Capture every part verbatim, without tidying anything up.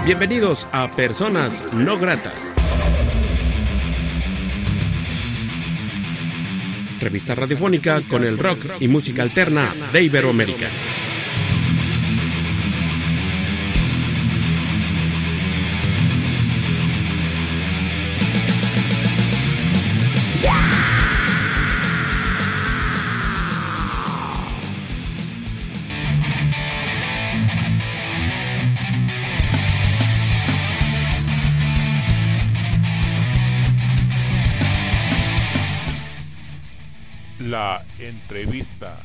Bienvenidos a Personas No Gratas. Revista radiofónica con el rock y música alterna de Iberoamérica. La entrevista.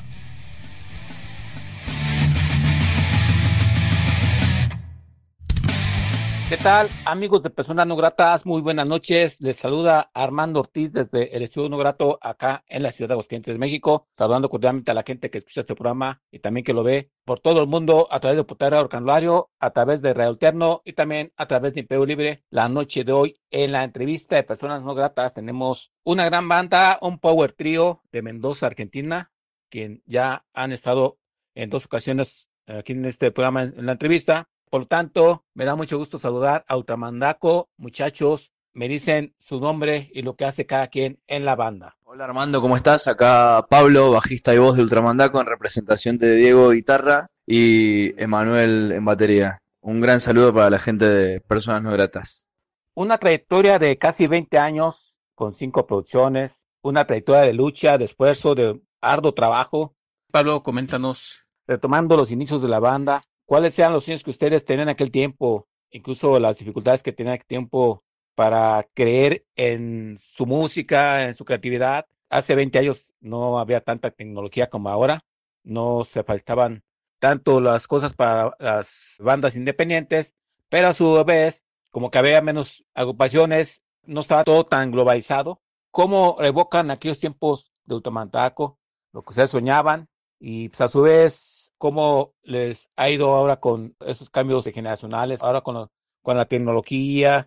¿Qué tal, amigos de Personas No Gratas? Muy buenas noches. Les saluda Armando Ortiz desde el Estudio No Grato acá en la ciudad de Aguascalientes, México. Saludando cordialmente a la gente que escucha este programa y también que lo ve por todo el mundo a través de Putera Orcanulario, a través de Radio Alterno y también a través de Imperio Libre. La noche de hoy, en la entrevista de Personas No Gratas, tenemos una gran banda, un power trío de Mendoza, Argentina, quien ya han estado en dos ocasiones aquí en este programa en la entrevista. Por lo tanto, me da mucho gusto saludar a Ultramandaco. Muchachos, me dicen su nombre y lo que hace cada quien en la banda. Hola Armando, ¿cómo estás? Acá Pablo, bajista y voz de Ultramandaco, en representación de Diego, guitarra, y Emanuel en batería. Un gran saludo para la gente de Personas No Gratas. Una trayectoria de casi veinte años, con cinco producciones, una trayectoria de lucha, de esfuerzo, de arduo trabajo. Pablo, coméntanos, retomando los inicios de la banda, ¿cuáles eran los sueños que ustedes tenían en aquel tiempo? Incluso las dificultades que tenían en aquel tiempo para creer en su música, en su creatividad. Hace veinte años no había tanta tecnología como ahora. No se faltaban tanto las cosas para las bandas independientes, pero a su vez, como que había menos agrupaciones, no estaba todo tan globalizado. ¿Cómo evocan aquellos tiempos de Ultramandaco, lo que ustedes soñaban? Y pues a su vez, ¿cómo les ha ido ahora con esos cambios generacionales, ahora con, lo- con la tecnología?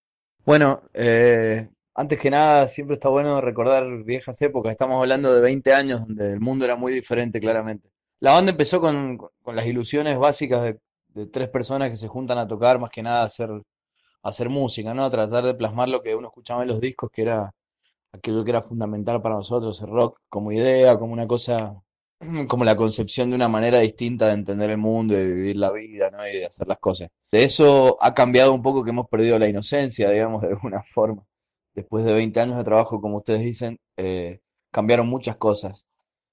Bueno, eh, antes que nada, siempre está bueno recordar viejas épocas. Estamos hablando de veinte años donde el mundo era muy diferente, claramente. La banda empezó con, con las ilusiones básicas de, de tres personas que se juntan a tocar, más que nada a hacer, a hacer música, ¿no? A tratar de plasmar lo que uno escuchaba en los discos, que era aquello que era fundamental para nosotros, el rock como idea, como una cosa, como la concepción de una manera distinta de entender el mundo, de vivir la vida, ¿no? Y de hacer las cosas. De eso ha cambiado un poco, que hemos perdido la inocencia, digamos, de alguna forma. Después de veinte años de trabajo, como ustedes dicen, eh, cambiaron muchas cosas,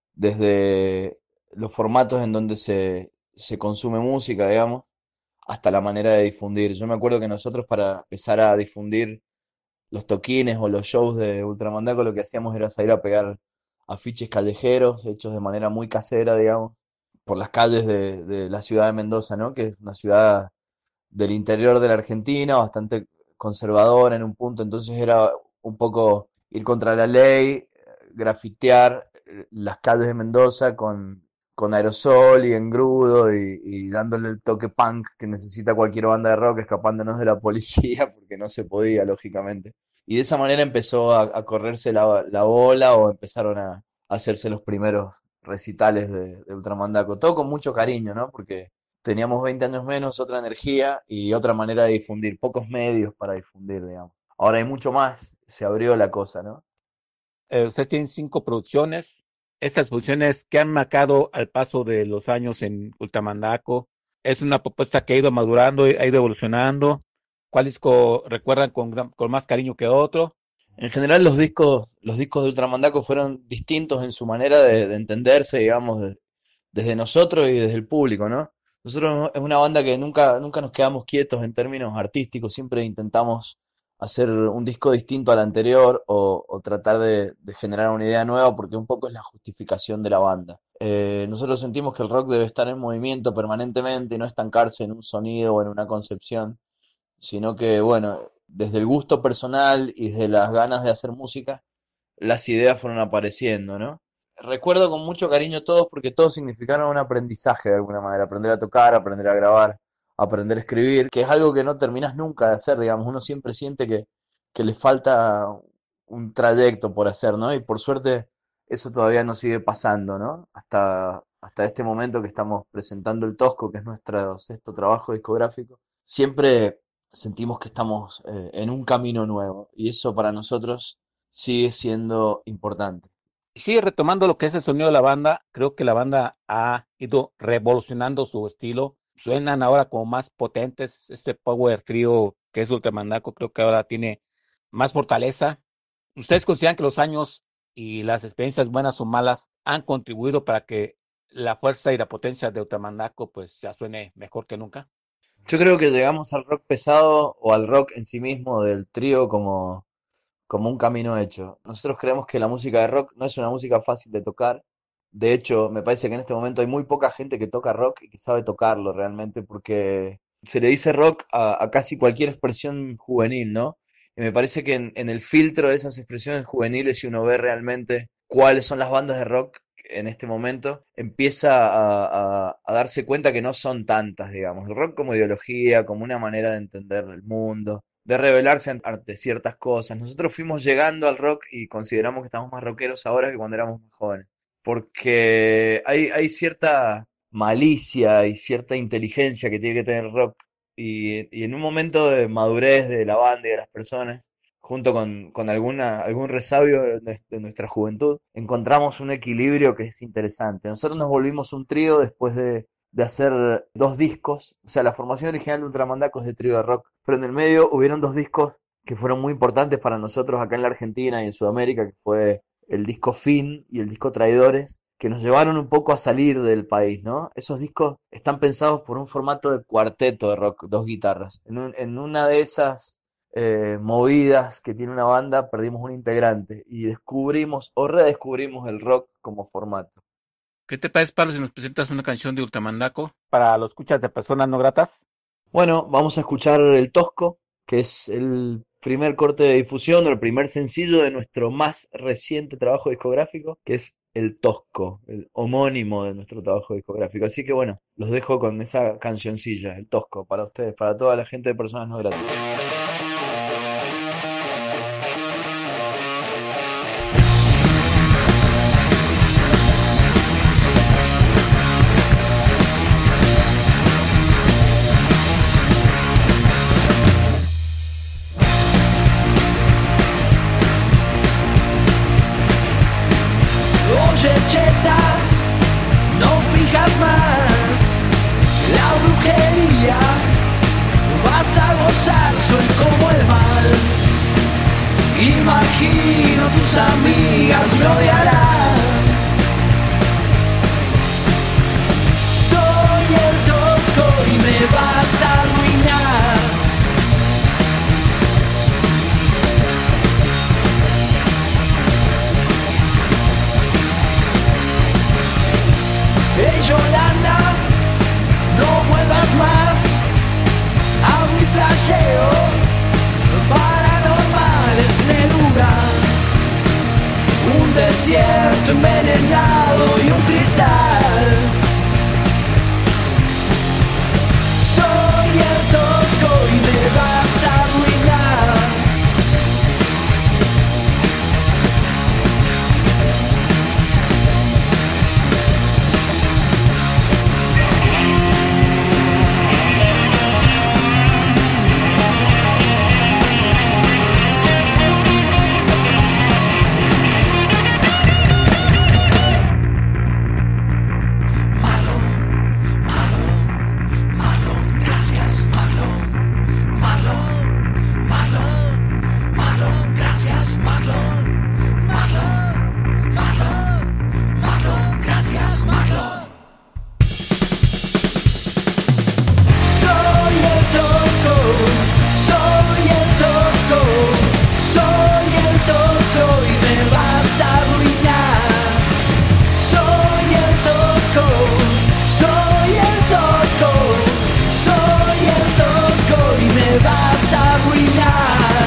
desde los formatos en donde se, se consume música, digamos, hasta la manera de difundir. Yo me acuerdo que nosotros, para empezar a difundir los toquines o los shows de Ultramandaco, lo que hacíamos era salir a pegar afiches callejeros hechos de manera muy casera, digamos, por las calles de, de la ciudad de Mendoza, ¿no? Que es una ciudad del interior de la Argentina, bastante conservadora en un punto. Entonces era un poco ir contra la ley, grafitear eh, las calles de Mendoza con, con aerosol y engrudo, y, y dándole el toque punk que necesita cualquier banda de rock, escapándonos de la policía porque no se podía, lógicamente. Y de esa manera empezó a, a correrse la, la bola, o empezaron a, a hacerse los primeros recitales de, de Ultramandaco. Todo con mucho cariño, ¿no? Porque teníamos veinte años menos, otra energía y otra manera de difundir, pocos medios para difundir, digamos. Ahora hay mucho más, se abrió la cosa, ¿no? Eh, ustedes tienen cinco producciones. Estas producciones que han marcado al paso de los años en Ultramandaco, es una propuesta que ha ido madurando, ha ido evolucionando. ¿Cuál disco recuerdan con, gran- con más cariño que otro? En general los discos, los discos de Ultramandaco fueron distintos en su manera de, de entenderse, digamos, de- desde nosotros y desde el público, ¿no? Nosotros es una banda que nunca, nunca nos quedamos quietos en términos artísticos, siempre intentamos hacer un disco distinto al anterior, o, o tratar de, de generar una idea nueva, porque un poco es la justificación de la banda. Eh, nosotros sentimos que el rock debe estar en movimiento permanentemente y no estancarse en un sonido o en una concepción, sino que, bueno, desde el gusto personal y desde las ganas de hacer música, las ideas fueron apareciendo, ¿no? Recuerdo con mucho cariño todos, porque todos significaron un aprendizaje de alguna manera: aprender a tocar, aprender a grabar, aprender a escribir, que es algo que no terminas nunca de hacer, digamos. Uno siempre siente que, que le falta un trayecto por hacer, ¿no? Y por suerte eso todavía nos sigue pasando, ¿no? Hasta, hasta este momento que estamos presentando el Tosco, que es nuestro sexto trabajo discográfico. siempre sentimos que estamos eh, en un camino nuevo y eso para nosotros sigue siendo importante. Sí, retomando lo que es el sonido de la banda, creo que la banda ha ido revolucionando su estilo. Suenan ahora como más potentes. Este power trio que es Ultramandaco, creo que ahora tiene más fortaleza. ¿Ustedes consideran que los años y las experiencias buenas o malas han contribuido para que la fuerza y la potencia de Ultramandaco pues ya suene mejor que nunca? Yo creo que llegamos al rock pesado o al rock en sí mismo del trío como, como un camino hecho. Nosotros creemos que la música de rock no es una música fácil de tocar. De hecho, me parece que en este momento hay muy poca gente que toca rock y que sabe tocarlo realmente porque se le dice rock a, a casi cualquier expresión juvenil, ¿no? Y me parece que en, en el filtro de esas expresiones juveniles, si uno ve realmente cuáles son las bandas de rock en este momento, empieza a, a- a darse cuenta que no son tantas, digamos. El rock como ideología, como una manera de entender el mundo, de rebelarse an- ante ciertas cosas. Nosotros fuimos llegando al rock y consideramos que estamos más rockeros ahora que cuando éramos más jóvenes. Porque hay, hay cierta malicia y cierta inteligencia que tiene que tener el rock. Y, y en un momento de madurez de la banda y de las personas, junto con, con alguna, algún resabio de, nues- de nuestra juventud, encontramos un equilibrio que es interesante. Nosotros nos volvimos un trío después de, de hacer dos discos. O sea, la formación original de Ultramandaco es de trío de rock, pero en el medio hubieron dos discos que fueron muy importantes para nosotros acá en la Argentina y en Sudamérica, que fue el disco Fin y el disco Traidores, que nos llevaron un poco a salir del país, ¿no? Esos discos están pensados por un formato de cuarteto de rock, dos guitarras. En, un- en una de esas eh, movidas que tiene una banda, perdimos un integrante y descubrimos o redescubrimos el rock como formato. ¿Qué te parece, Pablo, si nos presentas una canción de Ultramandaco para los escuchas de personas no gratas? Bueno, vamos a escuchar El Tosco, que es el primer corte de difusión o el primer sencillo de nuestro más reciente trabajo discográfico, que es El Tosco, el homónimo de nuestro trabajo discográfico. Así que bueno, los dejo con esa cancioncilla, El Tosco, para ustedes, para toda la gente de Personas No Gratas. Oye, cheta, no fijas más la brujería. Vas a gozar, soy como el mal. Imagino tus amigas me odiarán. Soy el tosco y me vas a arruinar. Hey Yolanda, no vuelvas más a mi flasheo paranormal este lugar. Un desierto envenenado y un cristal. Soy el tosco y me vas a arruinar. Soy el tosco, soy el tosco, soy el tosco y me vas a arruinar. Soy el tosco, soy el tosco, soy el tosco y me vas a arruinar.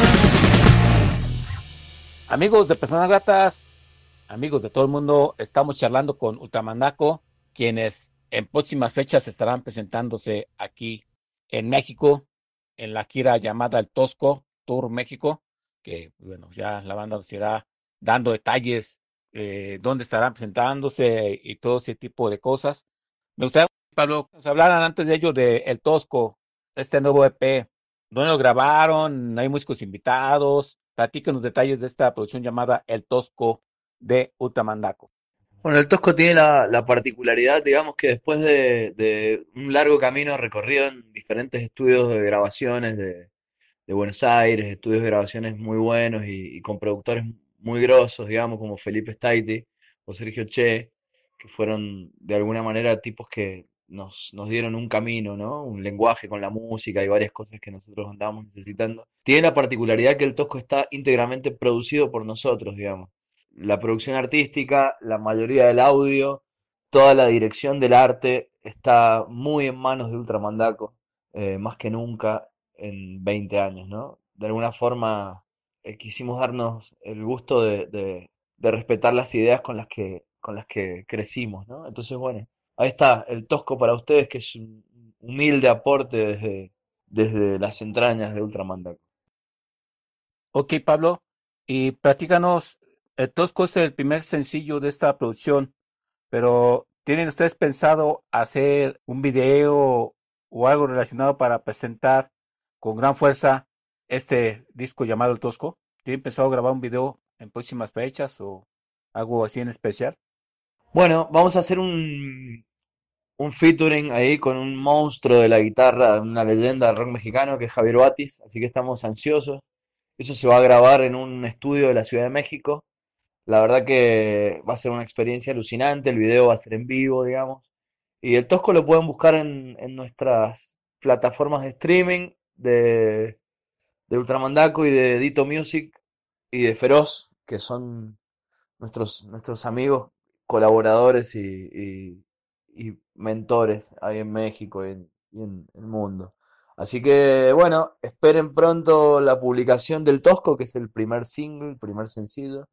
Amigos de personas gratas, amigos de todo el mundo, estamos charlando con Ultramandaco, quienes en próximas fechas estarán presentándose aquí en México, en la gira llamada El Tosco Tour México, que bueno, ya la banda nos irá dando detalles, eh, dónde estarán presentándose y todo ese tipo de cosas. Me gustaría, Pablo, que nos hablaran antes de ello de El Tosco. este nuevo E P. ¿Dónde lo grabaron? ¿Hay músicos invitados? Platícanos detalles de esta producción llamada El Tosco de Ultramandaco. Bueno, el Tosco tiene la, la particularidad, digamos, que después de, de un largo camino recorrido en diferentes estudios de grabaciones de, de Buenos Aires, estudios de grabaciones muy buenos y, y con productores muy grosos, digamos, como Felipe Staiti o Sergio Che, que fueron de alguna manera tipos que nos, nos dieron un camino, ¿no? Un lenguaje con la música y varias cosas que nosotros andábamos necesitando. Tiene la particularidad que el Tosco está íntegramente producido por nosotros, digamos. La producción artística, la mayoría del audio, toda la dirección del arte está muy en manos de Ultramandaco, eh, más que nunca en veinte años, ¿no? De alguna forma eh, quisimos darnos el gusto de, de- de respetar las ideas con las que, con las que crecimos, ¿no? Entonces, bueno, ahí está, el Tosco para ustedes, que es un humilde aporte desde, desde las entrañas de Ultramandaco. Ok, Pablo, y platícanos, El Tosco es el primer sencillo de esta producción, pero ¿tienen ustedes pensado hacer un video o algo relacionado para presentar con gran fuerza este disco llamado El Tosco? ¿Tienen pensado grabar un video en próximas fechas o algo así en especial? Bueno, vamos a hacer un, un featuring ahí con un monstruo de la guitarra, una leyenda del rock mexicano que es Javier Batis, así que estamos ansiosos. Eso se va a grabar en un estudio de la Ciudad de México. La verdad que va a ser una experiencia alucinante, el video va a ser en vivo, digamos. Y el Tosco lo pueden buscar en, en nuestras plataformas de streaming de, de Ultramandaco y de Dito Music y de Feroz, que son nuestros, nuestros amigos, colaboradores y, y- y mentores ahí en México y en, y en el mundo. Así que bueno, esperen pronto la publicación del Tosco, que es el primer single, el primer sencillo.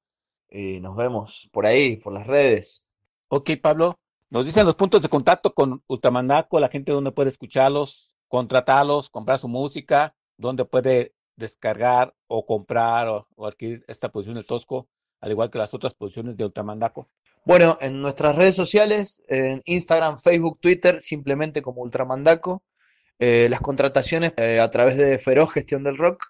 Y nos vemos por ahí, por las redes. Ok, Pablo, nos dicen los puntos de contacto con Ultramandaco, la gente donde puede escucharlos, contratarlos, comprar su música, donde puede descargar o comprar o, o adquirir esta producción del Tosco, al igual que las otras producciones de Ultramandaco. Bueno, en nuestras redes sociales, en Instagram, Facebook, Twitter, simplemente como Ultramandaco. Eh, las contrataciones eh, a través de Feroz Gestión del Rock.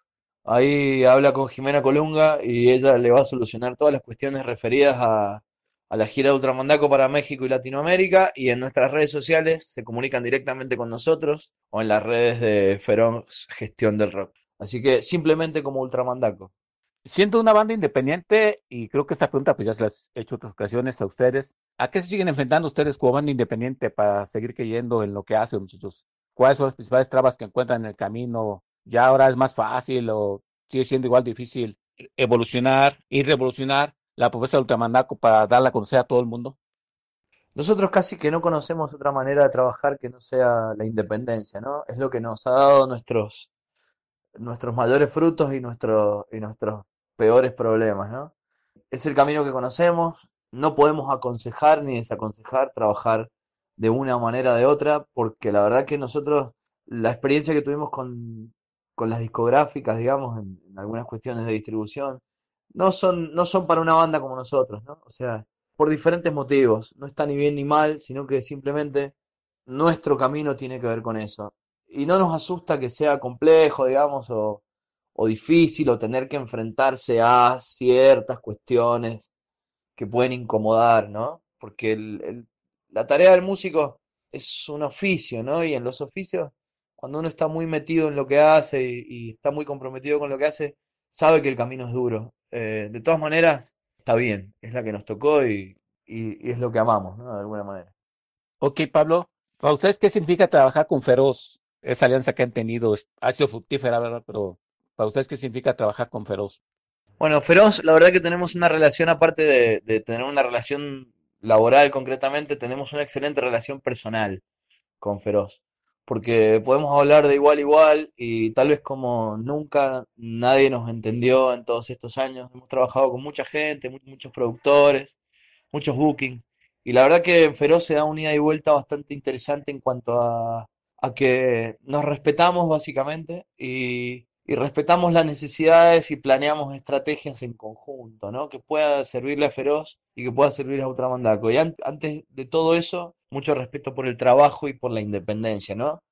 Ahí habla con Jimena Colunga y ella le va a solucionar todas las cuestiones referidas a, a la gira de Ultramandaco para México y Latinoamérica. Y en nuestras redes sociales se comunican directamente con nosotros o en las redes de Feroz Gestión del Rock. Así que simplemente como Ultramandaco. Siendo una banda independiente, y creo que esta pregunta pues ya se las he hecho otras ocasiones a ustedes, ¿a qué se siguen enfrentando ustedes como banda independiente para seguir creyendo en lo que hacen, muchachos? ¿Cuáles son las principales trabas que encuentran en el camino? ¿Ya ahora es más fácil o sigue siendo igual difícil evolucionar y revolucionar la propuesta de Ultramandaco para darla a conocer a todo el mundo? Nosotros casi que no conocemos otra manera de trabajar que no sea la independencia, ¿no? Es lo que nos ha dado nuestros, nuestros mayores frutos y, nuestros y nuestros peores problemas, ¿no? Es el camino que conocemos, no podemos aconsejar ni desaconsejar trabajar de una manera o de otra, porque la verdad que nosotros, la experiencia que tuvimos con, con las discográficas, digamos, en, en algunas cuestiones de distribución, no son, no son para una banda como nosotros, ¿no? O sea, por diferentes motivos, no está ni bien ni mal, sino que simplemente nuestro camino tiene que ver con eso. Y no nos asusta que sea complejo, digamos, o, o difícil, o tener que enfrentarse a ciertas cuestiones que pueden incomodar, ¿no? Porque el- el- la tarea del músico es un oficio, ¿no? Y en los oficios, cuando uno está muy metido en lo que hace y, y está muy comprometido con lo que hace, sabe que el camino es duro. Eh, de todas maneras, está bien, es la que nos tocó y, y- y es lo que amamos, ¿no? De alguna manera. Ok, Pablo, ¿para ustedes qué significa trabajar con Feroz? Esa alianza que han tenido es- ha sido fructífera, ¿verdad? Pero ¿para ustedes qué significa trabajar con Feroz? Bueno, Feroz, la verdad que tenemos una relación, aparte de, de tener una relación laboral concretamente, tenemos una excelente relación personal con Feroz, porque podemos hablar de igual a igual y tal vez como nunca nadie nos entendió en todos estos años. Hemos trabajado con mucha gente, mu- muchos productores, muchos bookings, y la verdad que en Feroz se da un ida y vuelta bastante interesante en cuanto a, a que nos respetamos básicamente y, y respetamos las necesidades y planeamos estrategias en conjunto, ¿no? Que pueda servirle a Feroz y que pueda servir a Ultramandaco. Y an- antes de todo eso, mucho respeto por el trabajo y por la independencia, ¿no?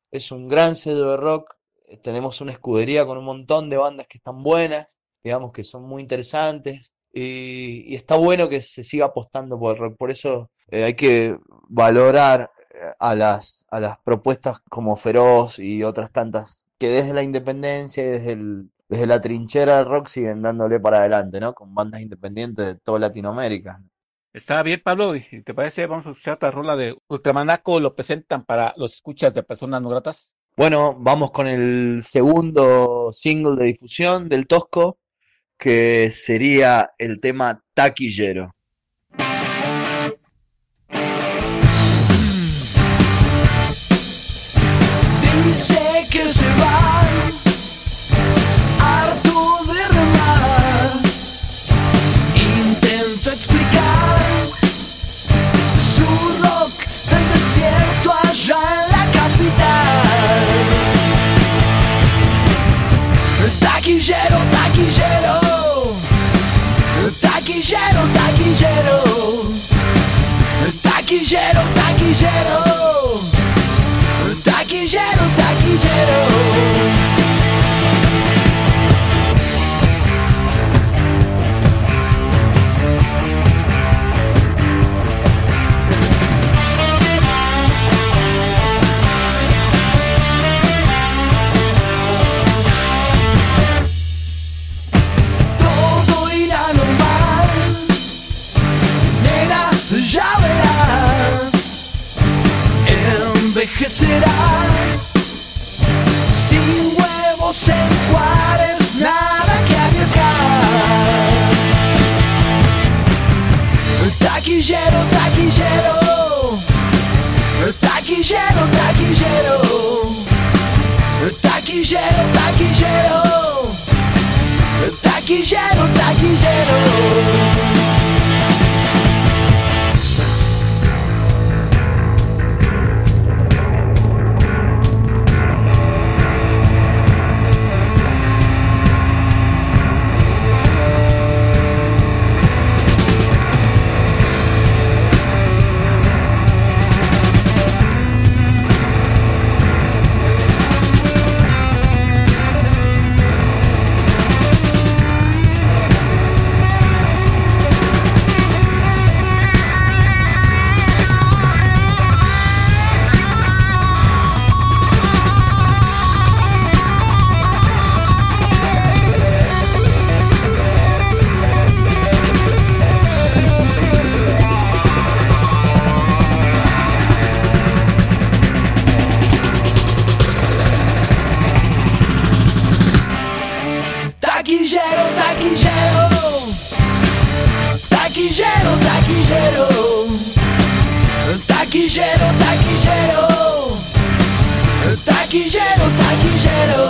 es un gran sello de rock. eh, Tenemos una escudería con un montón de bandas que están buenas, digamos que son muy interesantes. Y, y está bueno que se siga apostando por el rock. Por eso eh, hay que valorar eh, a las, a las propuestas como Feroz y otras tantas que desde la independencia y desde el, desde la trinchera del rock siguen dándole para adelante, ¿no? Con bandas independientes de toda Latinoamérica. Está bien, Pablo, y si te parece, vamos a escuchar otra rola de Ultramanaco, lo presentan para los escuchas de personas no gratas. Bueno, vamos con el segundo single de difusión del Tosco, que sería el tema Taquillero. Dice que se va, harto de remar. Intento explicar su rock del desierto allá en la capital. Taquillero, taquillero, taquillero, taquillero, taquillero, taquillero, taquillero, taquillero. Todo irá normal, nena, ya verás. Envejecerás sin huevos en Juárez, nada que arriesgar. Taquillero, taquillero, taquillero, taquillero, taquillero, taquillero, taquillero, taquillero. Taquillero, taquillero, taquillero, taquillero, taquillero, taquillero, taquillero, taquillero,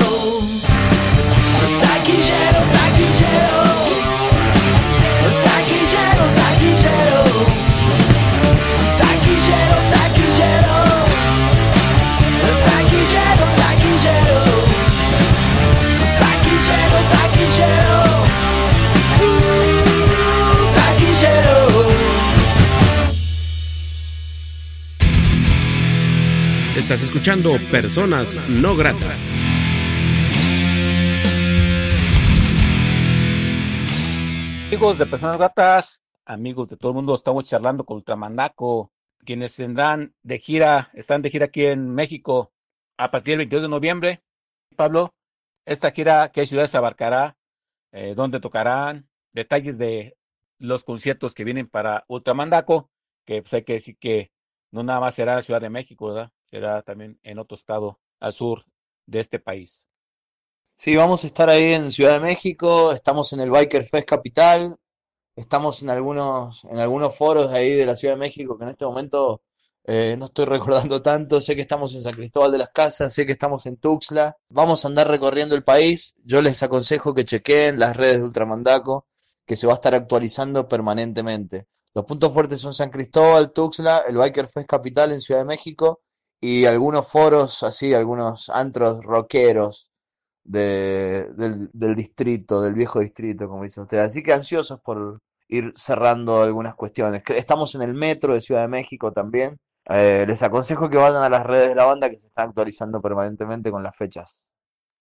taquillero, taquillero, taquillero, taquillero, taquillero, taquillero, taquillero, taquillero. Taquillero, taquillero, uh, taquillero. Estás escuchando Personas No Gratas. Amigos de Personas Gratas, amigos de todo el mundo, estamos charlando con Ultramanaco, quienes tendrán de gira, están de gira aquí en México a partir del veintidós de noviembre. Pablo, esta gira, ¿qué ciudades abarcará? Eh, ¿dónde tocarán? Detalles de los conciertos que vienen para Ultramandaco, que sé que sí que no nada más será en la Ciudad de México, ¿verdad? Será también en otro estado al sur de este país. Sí, vamos a estar ahí en Ciudad de México, estamos en el Biker Fest Capital, estamos en algunos, en algunos foros de ahí de la Ciudad de México que en este momento eh, no estoy recordando tanto. Sé que estamos en San Cristóbal de las Casas, sé que estamos en Tuxtla. Vamos a andar recorriendo el país. Yo les aconsejo que chequeen las redes de Ultramandaco, que se va a estar actualizando permanentemente. Los puntos fuertes son San Cristóbal, Tuxtla, el Biker Fest Capital en Ciudad de México y algunos foros así, algunos antros rockeros de, del, del distrito, del viejo distrito, como dice usted. Así que ansiosos por ir cerrando algunas cuestiones. Cre- Estamos en el metro de Ciudad de México también, Eh, les aconsejo que vayan a las redes de la banda que se están actualizando permanentemente con las fechas.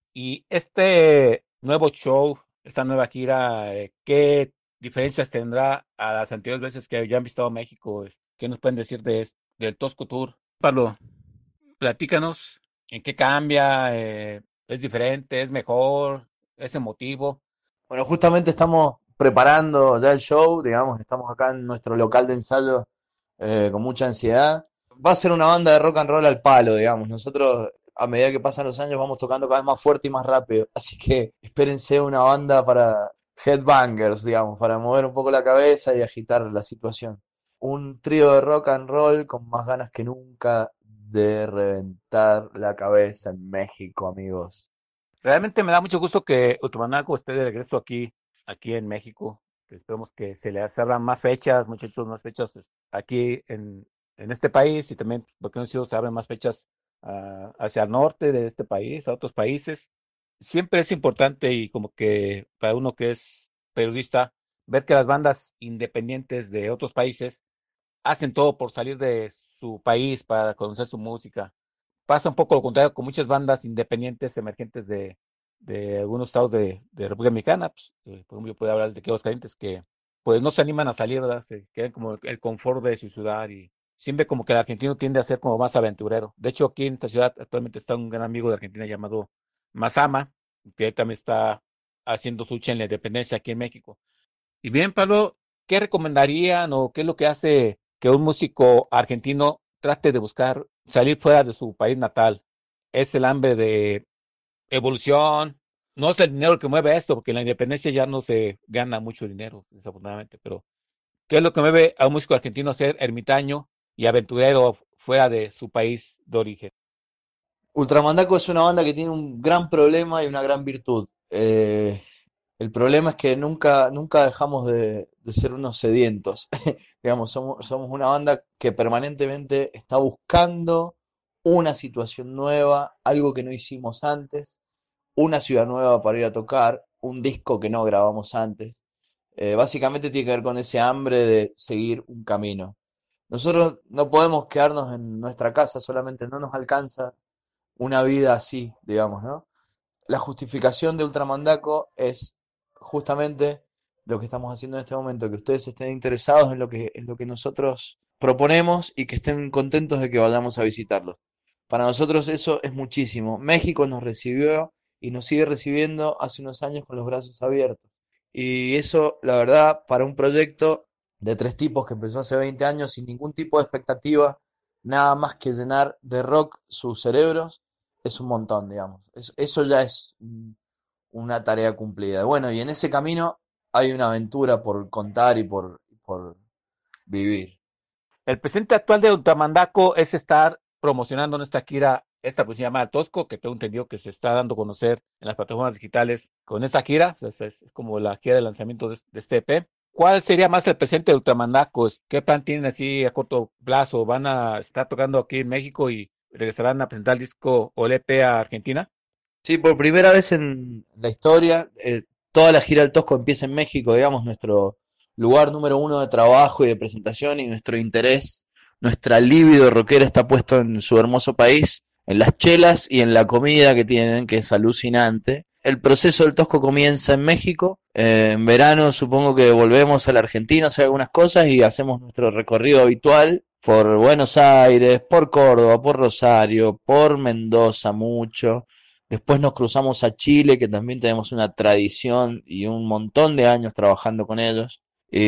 Y este nuevo show, esta nueva gira, eh, ¿qué diferencias tendrá a las anteriores veces que ya han visitado México? Es- ¿Qué nos pueden decir de, es- del Tosco Tour? Pablo, platícanos, ¿en qué cambia? Eh, ¿es diferente? ¿Es mejor? ¿Es emotivo? Bueno, justamente estamos preparando ya el show, digamos, estamos acá en nuestro local de ensayo eh, con mucha ansiedad. Va a ser una banda de rock and roll al palo, digamos. Nosotros, a medida que pasan los años, vamos tocando cada vez más fuerte y más rápido. Así que espérense una banda para headbangers, digamos, para mover un poco la cabeza y agitar la situación. Un trío de rock and roll con más ganas que nunca de reventar la cabeza en México, amigos. Realmente me da mucho gusto que Utumanaco esté de regreso aquí, aquí en México. Que esperemos que se le se abran más fechas, muchachos, más fechas es- aquí en, en este país y también, porque no sé, se abren más fechas ah, hacia el norte de este país, a otros países. Siempre es importante y como que para uno que es periodista, ver que las bandas independientes de otros países hacen todo por salir de su país para conocer su música. Pasa un poco lo contrario con muchas bandas independientes emergentes de, de algunos estados de, de República Dominicana. Pues, eh, por ejemplo, yo puedo hablar de Quedos Calientes que pues no se animan a salir, ¿verdad? Se quedan como el, el confort de su ciudad y siempre como que el argentino tiende a ser como más aventurero. De hecho, aquí en esta ciudad actualmente está un gran amigo de Argentina llamado Masama, que él también está haciendo su lucha en la independencia aquí en México. Y bien, Pablo, ¿qué recomendarían o qué es lo que hace que un músico argentino trate de buscar salir fuera de su país natal? ¿Es el hambre de evolución? No es el dinero el que mueve esto, porque en la independencia ya no se gana mucho dinero, desafortunadamente, pero ¿qué es lo que mueve a un músico argentino a ser ermitaño y aventurero fuera de su país de origen? Ultramandaco es una banda que tiene un gran problema y una gran virtud. Eh, el problema es que nunca, nunca dejamos de, de ser unos sedientos. Digamos, somos, somos una banda que permanentemente está buscando una situación nueva, algo que no hicimos antes, una ciudad nueva para ir a tocar, un disco que no grabamos antes. Eh, básicamente tiene que ver con ese hambre de seguir un camino. Nosotros no podemos quedarnos en nuestra casa, solamente no nos alcanza una vida así, digamos, ¿no? La justificación de Ultramandaco es justamente lo que estamos haciendo en este momento, que ustedes estén interesados en lo que, en lo que nosotros proponemos y que estén contentos de que vayamos a visitarlos. Para nosotros eso es muchísimo. México nos recibió y nos sigue recibiendo hace unos años con los brazos abiertos. Y eso, la verdad, para un proyecto de tres tipos que empezó hace veinte años sin ningún tipo de expectativa, nada más que llenar de rock sus cerebros, es un montón, digamos. Es- eso ya es un- una tarea cumplida. Bueno, y en ese camino hay una aventura por contar y por, por vivir. El presidente actual de Ultramandaco es estar promocionando en esta gira, esta pues se llama Tosco, que tengo entendido que se está dando a conocer en las plataformas digitales con esta gira, es, es- es como la gira de lanzamiento de, de este E P. ¿Cuál sería más el presente de Ultramandaco? ¿Qué plan tienen así a corto plazo? ¿Van a estar tocando aquí en México y regresarán a presentar el disco o el E P a Argentina? Sí, por primera vez en la historia, eh, toda la gira del Tosco empieza en México, digamos, nuestro lugar número uno de trabajo y de presentación y nuestro interés, nuestra libido rockera está puesto en su hermoso país, en las chelas y en la comida que tienen, que es alucinante. El proceso del Tosco comienza en México, eh, en verano supongo que volvemos a la Argentina a hacer algunas cosas y hacemos nuestro recorrido habitual por Buenos Aires, por Córdoba, por Rosario, por Mendoza mucho. Después nos cruzamos a Chile, que también tenemos una tradición y un montón de años trabajando con ellos.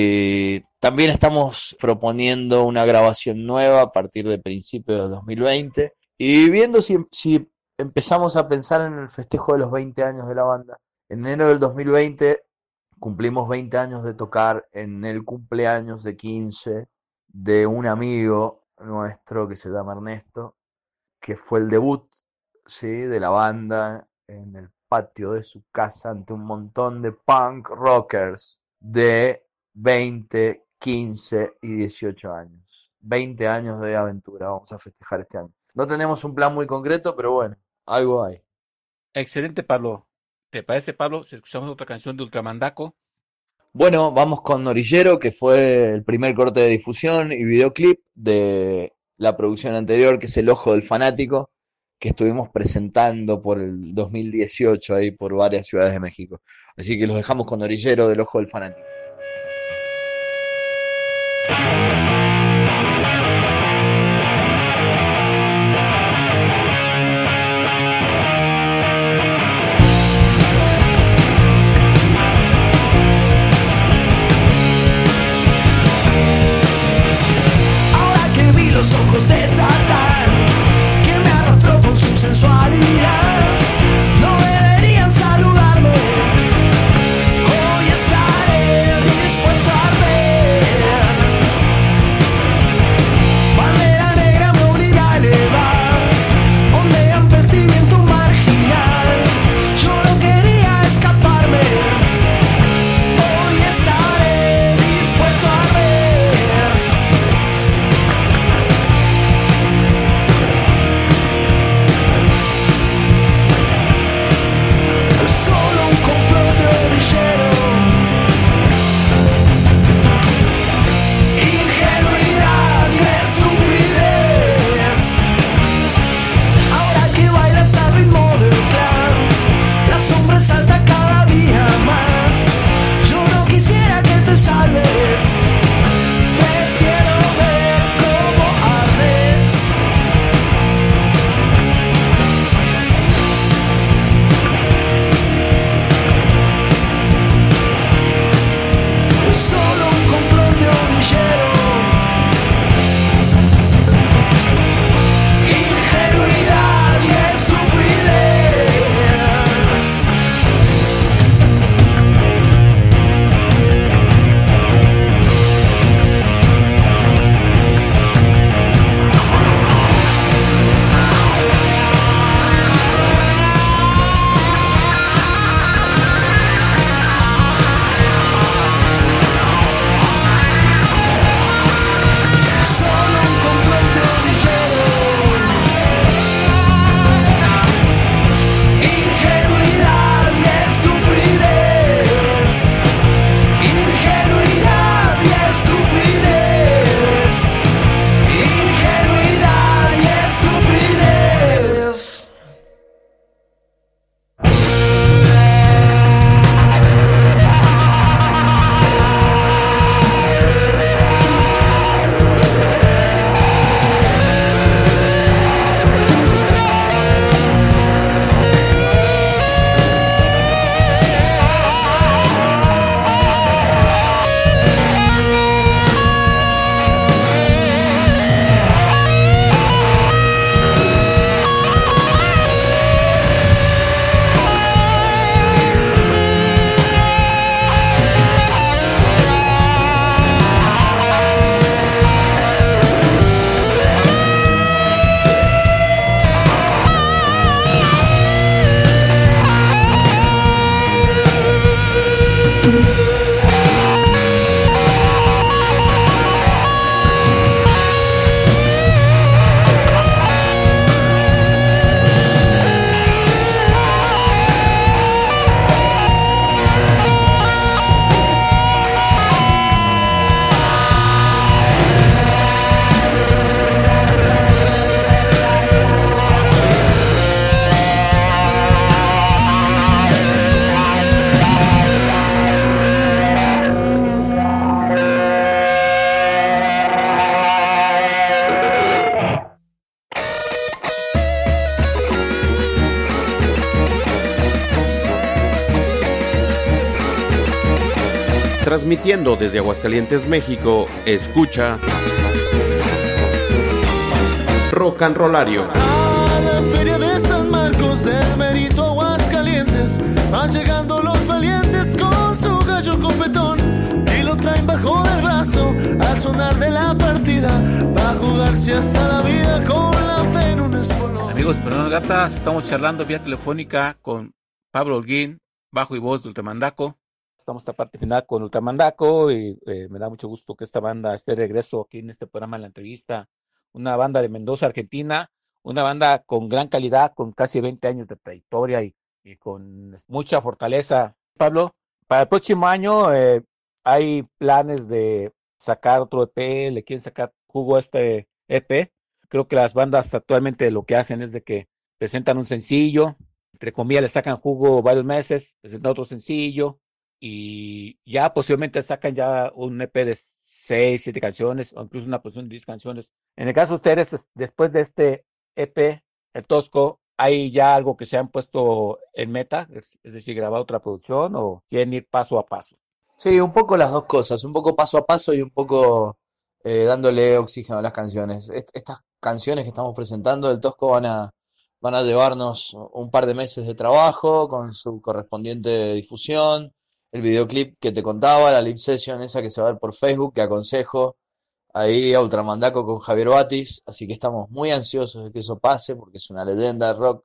Eh, también estamos proponiendo una grabación nueva a partir de principios de dos mil veinte y viendo si, si empezamos a pensar en el festejo de los veinte años de la banda. En enero del dos mil veinte cumplimos veinte años de tocar en el cumpleaños de quince de un amigo nuestro que se llama Ernesto, que fue el debut, ¿sí? De la banda en el patio de su casa ante un montón de punk rockers de veinte, quince y dieciocho años. veinte años de aventura vamos a festejar este año. No tenemos un plan muy concreto, pero bueno, algo hay. Excelente, Pablo. ¿Te parece, Pablo, si escuchamos otra canción de Ultramandaco? Bueno, vamos con Orillero, que fue el primer corte de difusión y videoclip de la producción anterior, que es El Ojo del Fanático, que estuvimos presentando por el dos mil dieciocho ahí por varias ciudades de México. Así que los dejamos con Orillero del Ojo del Fanático. Ahora que vi los ojos de Satán, que me arrastró con su sensualidad, no deberían saludarme. Hoy estaré dispuesto a arder. Bandera negra me obliga a elevar, ondean vestimiento marginal. Yo no quería escaparme. Hoy estaré dispuesto a arder. Solo un complot de orillero, ingenuidad y estupidez. Ahora que bailas al ritmo del clan, la sombra salta cada día más. Yo no quisiera que te salves, prefiero ver cómo ardes. Solo un complot de orillero, ingenuidad y estupidez. Solo un complot de orillero, ingenuidad y estupidez. Ingenuidad y estupidez. Ingenuidad y estupidez. Transmitiendo desde Aguascalientes, México, escucha Rock and Rollario. A la feria de San Marcos del Mérito, Aguascalientes, van llegando los valientes con su gallo copetón y lo traen bajo del brazo al sonar de la partida, va a jugarse hasta la vida con la fe en un espolón. Amigos, perdón, gatas, estamos charlando vía telefónica con Pablo Holguín, bajo y voz de Ultramandaco. Estamos en esta parte final con Ultramandaco y eh, me da mucho gusto que esta banda esté de regreso aquí en este programa, en la entrevista. Una banda de Mendoza, Argentina, una banda con gran calidad, con casi veinte años de trayectoria y, y con mucha fortaleza. Pablo, para el próximo año eh, hay planes de sacar otro E P, le quieren sacar jugo a este E P. Creo que las bandas actualmente lo que hacen es de que presentan un sencillo, entre comillas le sacan jugo varios meses, presentan otro sencillo y ya posiblemente sacan ya un E P de seis, siete canciones o incluso una producción de diez canciones. En el caso de ustedes, es- después de este E P, el Tosco, ¿hay ya algo que se han puesto en meta? Es, es decir, grabar otra producción o quieren ir paso a paso. Sí, un poco las dos cosas, un poco paso a paso y un poco eh, dándole oxígeno a las canciones. Est- estas canciones que estamos presentando del Tosco van a, van a llevarnos un par de meses de trabajo con su correspondiente difusión, el videoclip que te contaba, la live session esa que se va a ver por Facebook, que aconsejo ahí a Ultramandaco con Javier Batis, así que estamos muy ansiosos de que eso pase porque es una leyenda del rock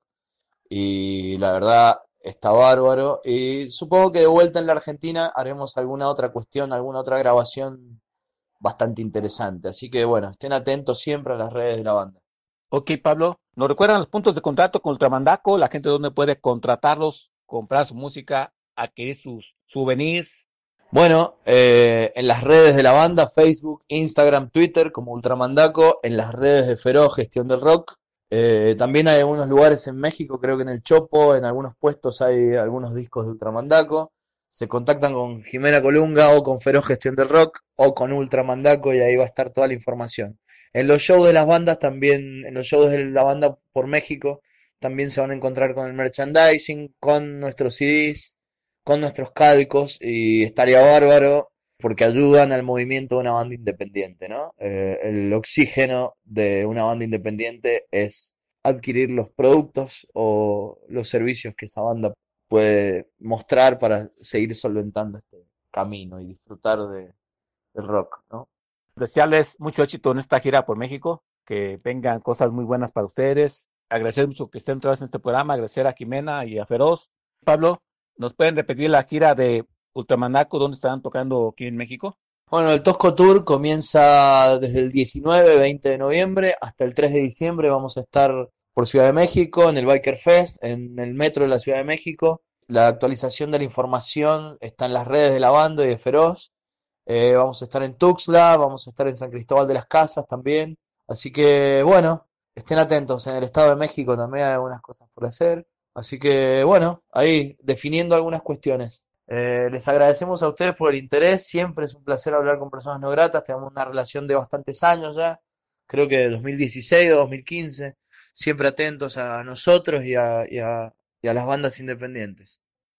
y la verdad está bárbaro. Y supongo que de vuelta en la Argentina haremos alguna otra cuestión, alguna otra grabación bastante interesante. Así que bueno, estén atentos siempre a las redes de la banda. Ok, Pablo, ¿nos recuerdan los puntos de contacto con Ultramandaco? La gente donde puede contratarlos, comprar su música, adquirir sus souvenirs. Bueno, eh, en las redes de la banda, Facebook, Instagram, Twitter, como Ultramandaco, en las redes de Feroz, Gestión del Rock. Eh, también hay algunos lugares en México, creo que en el Chopo, en algunos puestos hay algunos discos de Ultramandaco. Se contactan con Jimena Colunga o con Feroz Gestión del Rock o con Ultramandaco y ahí va a estar toda la información. En los shows de las bandas también, en los shows de la banda por México, también se van a encontrar con el merchandising, con nuestros C Ds, con nuestros calcos y estaría bárbaro porque ayudan al movimiento de una banda independiente, ¿no? Eh, el oxígeno de una banda independiente es adquirir los productos o los servicios que esa banda puede mostrar para seguir solventando este camino y disfrutar de, del rock, ¿no? Desearles mucho éxito en esta gira por México, que vengan cosas muy buenas para ustedes. Agradecer mucho que estén otra vez en este programa, agradecer a Jimena y a Feroz. Pablo, ¿nos pueden repetir la gira de Ultramandaco, dónde estarán tocando aquí en México? Bueno, el Tosco Tour comienza desde el diecinueve, veinte de noviembre hasta el tres de diciembre. Vamos a estar por Ciudad de México, en el Biker Fest, en el metro de la Ciudad de México. La actualización de la información está en las redes de la banda y de Feroz. Eh, vamos a estar en Tuxtla, vamos a estar en San Cristóbal de las Casas también. Así que, bueno, estén atentos. En el Estado de México también hay algunas cosas por hacer. Así que, bueno, ahí definiendo algunas cuestiones. Eh, les agradecemos a ustedes por el interés. Siempre es un placer hablar con personas no gratas. Tenemos una relación de bastantes años ya. Creo que de dos mil dieciséis o dos mil quince. Siempre atentos a nosotros y a, y a, y a las bandas independientes.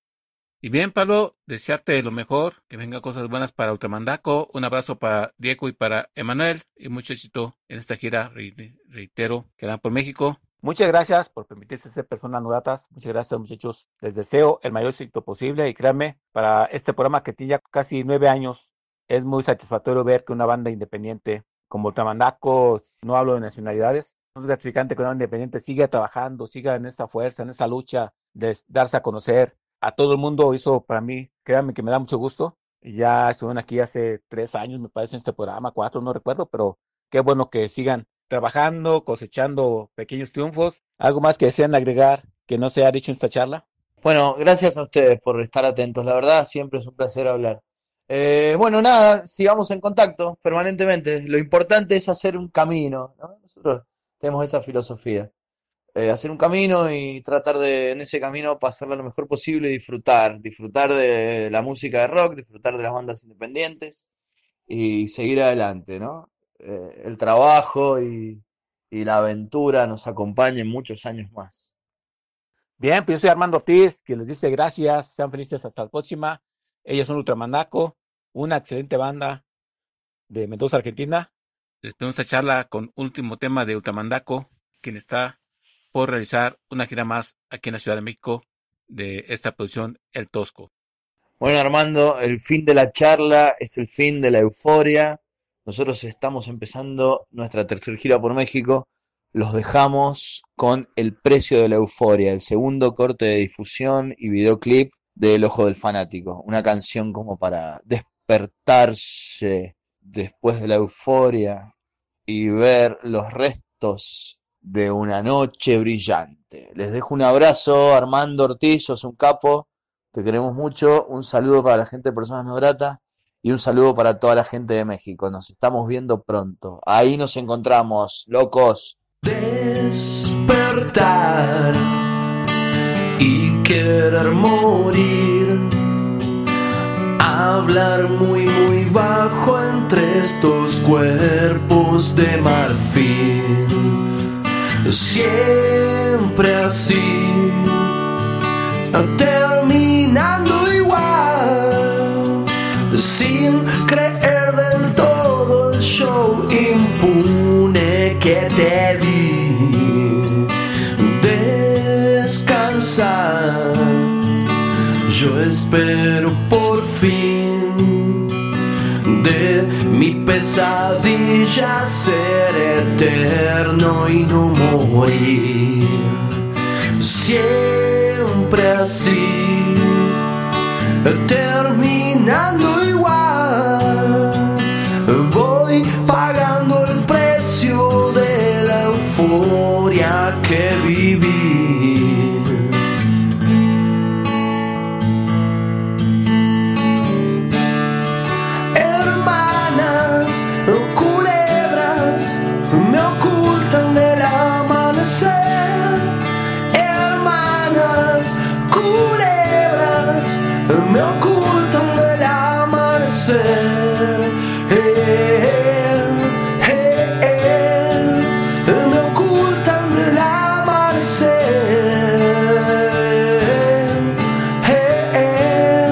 Y bien, Pablo, desearte lo mejor, que vengan cosas buenas para Ultramandaco. Un abrazo para Diego y para Emanuel y mucho éxito en esta gira, re- reitero, que harán por México. Muchas gracias por permitirse ser personas no gratas. Muchas gracias, muchachos. Les deseo el mayor éxito posible y créanme, para este programa que tiene ya casi nueve años, es muy satisfactorio ver que una banda independiente como Ultramandaco, no hablo de nacionalidades, es gratificante que una banda independiente siga trabajando, siga en esa fuerza, en esa lucha de darse a conocer a todo el mundo. Hizo para mí, créanme que me da mucho gusto. Ya estuvieron aquí hace tres años, me parece, en este programa, cuatro, no recuerdo, pero qué bueno que sigan trabajando, cosechando pequeños triunfos. ¿Algo más que desean agregar que no se ha dicho en esta charla? Bueno, gracias a ustedes por estar atentos. La verdad, siempre es un placer hablar. Eh, bueno, nada, sigamos en contacto permanentemente. Lo importante es hacer un camino, ¿no? Nosotros tenemos esa filosofía. Eh, hacer un camino y tratar de, en ese camino, pasarlo lo mejor posible y disfrutar. Disfrutar de la música de rock, disfrutar de las bandas independientes y seguir adelante, ¿no? Eh, el trabajo y, y la aventura nos acompañen muchos años más. Bien, pues yo soy Armando Ortiz, que les dice gracias, sean felices hasta la próxima. Ellos son Ultramandaco, una excelente banda de Mendoza, Argentina. Despedimos esta charla con último tema de Ultramandaco, quien está por realizar una gira más aquí en la Ciudad de México de esta producción El Tosco. Bueno, Armando, el fin de la charla es el fin de la euforia. Nosotros estamos empezando nuestra tercera gira por México. Los dejamos con El precio de la euforia, el segundo corte de difusión y videoclip de El ojo del fanático. Una canción como para despertarse después de la euforia y ver los restos de una noche brillante. Les dejo un abrazo, Armando Ortiz, sos un capo. Te queremos mucho. Un saludo para la gente de Personas No Gratas y un saludo para toda la gente de México. Nos estamos viendo pronto. Ahí nos encontramos, locos. Despertar y querer morir, hablar muy muy bajo entre estos cuerpos de marfil, siempre así, terminando igual, sin creer del todo el show impune que te di. Descansar, yo espero por fin de mi pesadilla ser eterno y no morir. Siempre así, terminando igual, voy pagando el precio de la euforia que viví. Hermanas culebras me ocultan del amanecer. Hermanas culebras me ocultan del amanecer. Eh, eh, eh, me ocultan del amanecer. Eh, eh.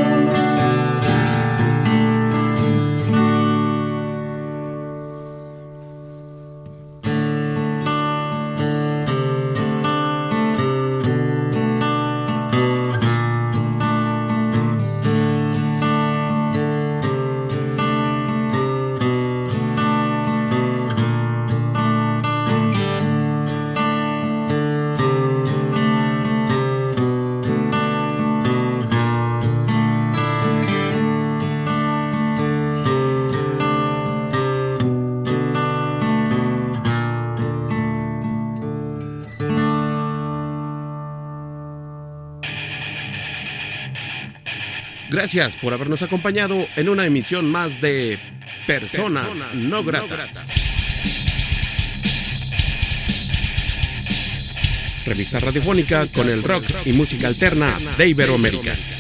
Gracias por habernos acompañado en una emisión más de Personas, Personas no, no gratas. gratas. Revista radiofónica con el rock y música alterna de Iberoamérica.